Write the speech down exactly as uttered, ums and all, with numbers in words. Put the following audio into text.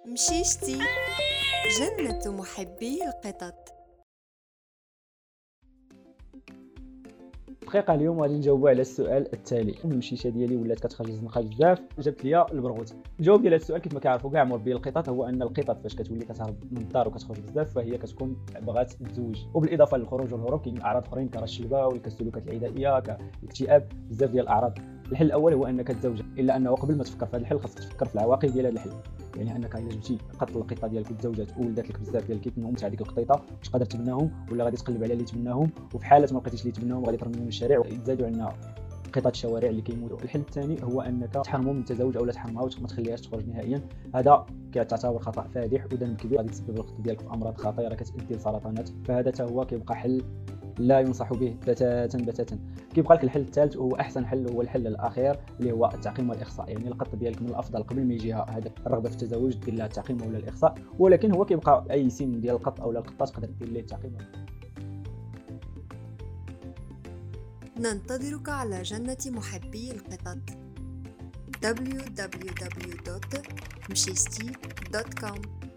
مشيشتي جنة محبي القطط. دقيقة اليوم غادي نجاوبوا على السؤال التالي. المشيشه ديالي ولات كتخرج الزنقه بزاف، جابت ليا البرغوث. الجواب ديال هذا السؤال كيف ما كيعرفوا كاع مربي القطط هو ان القطط فاش كتولي كتهرب من الدار وكتخرج بزاف فهي كتكون بغات تتزوج، وبالاضافه للخروج والهروب كاين اعراض اخرين كالشلبه والسلوكات العدائيه كالاكتئاب، بزاف ديال الاعراض. الحل الاول هو انك تتزوج، الا انه قبل ما تفكر في هذا الحل خاصك تفكر في العواقب ديال هذا الحل. يعني انك الا جبتي قط القطه ديالك وتزوجات وولدات لك بزاف ديال الكيتن تاع ديك القطيطه، واش قادر تبناهم ولا غادي تقلب على اللي تبناهم؟ وفي حاله ما لقيتيش اللي تبناهم غادي ترميهم للشارع ويتزادوا عندنا قطط الشوارع اللي كيموتوا. الحل الثاني هو انك تحرمهم من التزاوج او لا تحرمها وما تخليهاش تخرج نهائيا. هذا كيعتبر خطا فادح وذنب كبير غادي تسبب القطه ديالك في امراض خطيره كتؤدي لسرطانات، فهذا حتى هو كيبقى حل لا ينصح به بتاتا بتاتا. كيبقى لك الحل الثالث وهو احسن حل، هو الحل الاخير اللي هو التعقيم والاخصاء. يعني القطه ديالك من الافضل قبل ما يجيها هذا الرغبه في التزاوج دير لها التعقيم ولا الاخصاء، ولكن هو كيبقى اي سن ديال القط او القطه تقدر دير ليه التعقيم. ننتظرك على جنة محبي القطط دبليو دبليو دبليو دوت مشيشتي دوت كوم.